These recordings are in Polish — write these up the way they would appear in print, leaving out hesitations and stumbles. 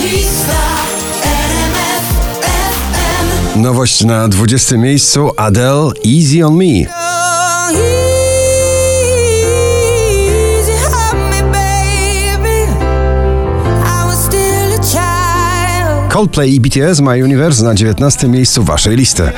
lista RMF FM. Nowość na 20. miejscu Adele, Easy on Me. Coldplay i BTS My Universe na 19. miejscu waszej listy.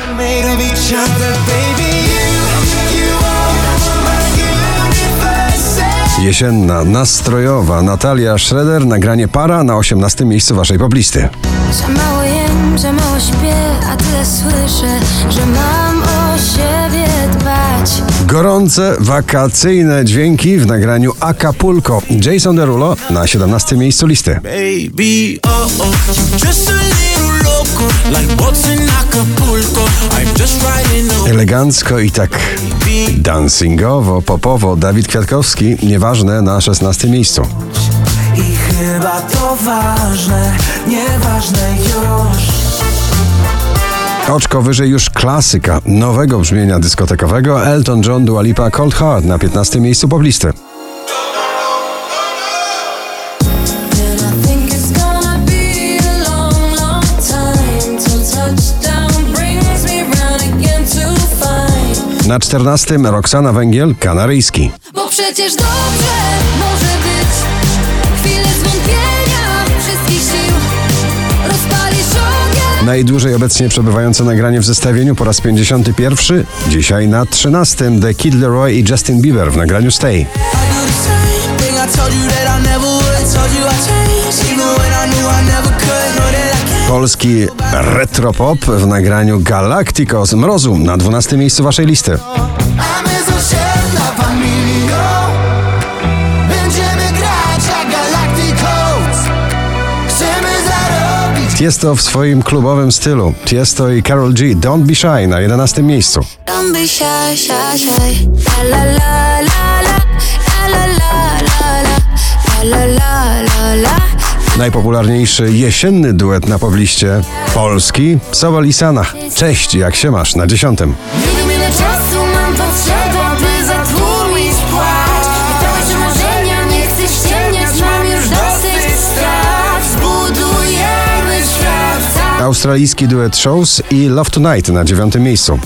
Jesienna, nastrojowa Natalia Schroeder, nagranie Para na 18. miejscu waszej poplisty. Za mało jem, za mało śpię, a tyle słyszę, że mam o siebie dbać. Gorące, wakacyjne dźwięki w nagraniu Acapulco. Jason Derulo na 17. miejscu listy. Baby, just a little loco, like boats in Acapulco. I'm just riding away. Elegancko i tak dancingowo, popowo Dawid Kwiatkowski, nieważne na 16. miejscu. I chyba to ważne, nieważne już. Oczko wyżej już klasyka nowego brzmienia dyskotekowego Elton John, Dua Lipa, Cold Heart na 15. miejscu poplisty. Na 14. Roxana Węgiel, Kanaryjski. Bo przecież dobrze może być, chwilę zwątpienia, wszystkich sił rozpalisz ogień. Najdłużej obecnie przebywające nagranie w zestawieniu po raz 51. Dzisiaj na 13. The Kid Laroi i Justin Bieber w nagraniu Stay. Polski retropop w nagraniu Galacticos Mrozu na 12. miejscu waszej listy. A my z osiedla familią będziemy grać jak Galacticos. Chcemy zarobić. Tiesto w swoim klubowym stylu. Tiesto i Karol G. Don't Be Shy na 11. miejscu. Don't be shy, shy, shy. La la la la la, la la la la, la la la la. Najpopularniejszy jesienny duet na pobliście Polski, Sobol i Sanach. Cześć, jak się masz na 10. Nie wiem ile czasu mam potrzeba, by zatłumić płacz. Pytałeś o marzenia, nie chcę ściemniać, mam już dosyć strat. Zbudujemy świat. Australijski duet Shows i Love Tonight na 9. miejscu.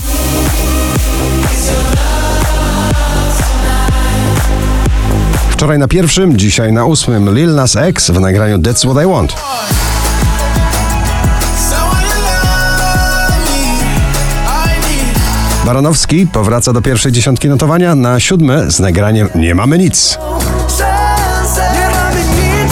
Wczoraj na 1., dzisiaj na 8. Lil Nas X w nagraniu That's What I Want. Baranowski powraca do pierwszej dziesiątki notowania, na 7. z nagraniem Nie mamy nic. Nie mamy nic,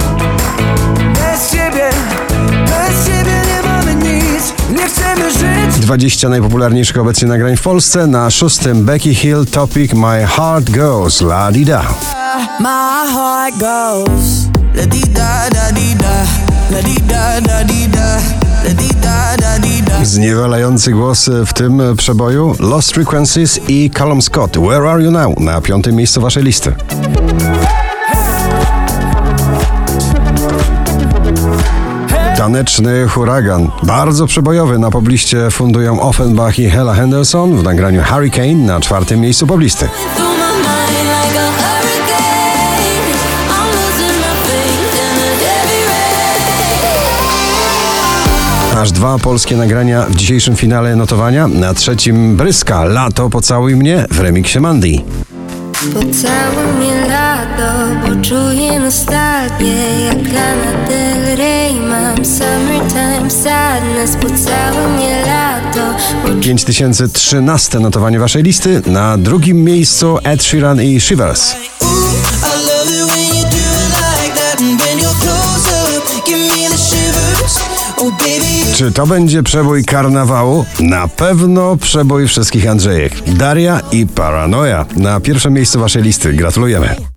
bez ciebie nie mamy nic, nie chcemy żyć. 20 najpopularniejszych obecnie nagrań w Polsce, na 6. Becky Hill Topic My Heart Goes La Di Da. My heart goes la di da da di da, la di da da di da, la di da da di da. Zniewalający głos w tym przeboju Lost Frequencies i Callum Scott Where Are You Now na 5. miejscu waszej listy. Taneczny huragan, bardzo przebojowy, na pobliście fundują Offenbach i Hella Henderson w nagraniu Hurricane na 4. miejscu poblisty. Aż 2 polskie nagrania w dzisiejszym finale notowania. Na 3. Bryska, Lato, Pocałuj mnie w remiksie Mandy. Pocałuj mnie lato, bo czuję nostalgię jak Lana Del Rey. Mam summertime sadness, pocałuj mnie lato. 5013 notowanie waszej listy. Na 2. miejscu Ed Sheeran i Shivers. Czy to będzie przebój karnawału? Na pewno przebój wszystkich Andrzejek. Daria i Paranoja na 1. miejscu waszej listy. Gratulujemy.